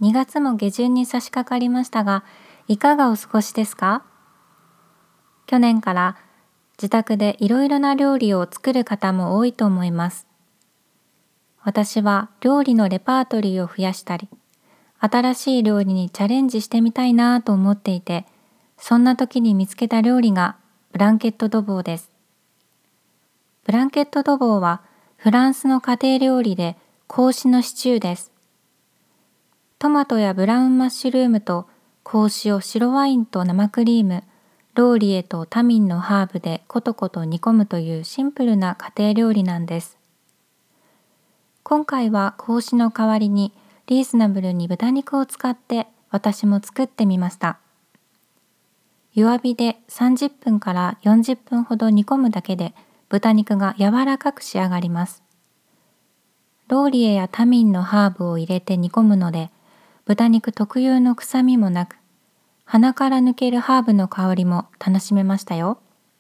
2月も下旬に差し掛かりましたが、いかがお過ごしですか？去年から自宅でいろいろな料理を作る方も多いと思います。私は料理のレパートリーを増やしたり、新しい料理にチャレンジしてみたいなと思っていて、そんな時に見つけた料理がブランケットドボーです。ブランケットドボーはフランスの家庭料理で子牛のシチューです。トマトやブラウンマッシュルームと子牛を白ワインと生クリーム、ローリエとタミンのハーブでコトコト煮込むというシンプルな家庭料理なんです。今回は子牛の代わりにリーズナブルに豚肉を使って私も作ってみました。弱火で30分から40分ほど煮込むだけで豚肉が柔らかく仕上がります。ローリエやタミンのハーブを入れて煮込むので、豚肉特有の臭みもなく、鼻から抜けるハーブの香りも楽しめましたよ。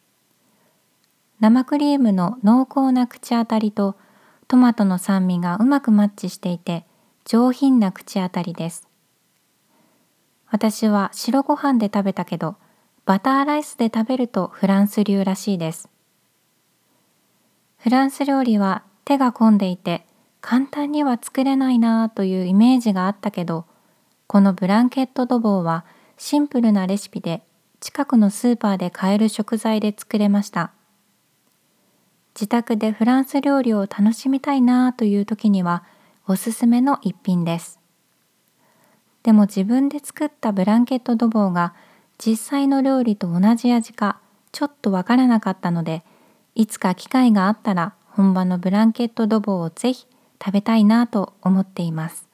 生クリームの濃厚な口当たりとトマトの酸味がうまくマッチしていて、上品な口当たりです。私は白ご飯で食べたけど、バターライスで食べるとフランス流らしいです。フランス料理は手が込んでいて、簡単には作れないなぁというイメージがあったけど、このブランケットドボーはシンプルなレシピで近くのスーパーで買える食材で作れました。自宅でフランス料理を楽しみたいなぁという時にはおすすめの一品です。でも自分で作ったブランケットドボーが実際の料理と同じ味かちょっとわからなかったので、いつか機会があったら本場のブランケットドボーをぜひ食べたいなと思っています。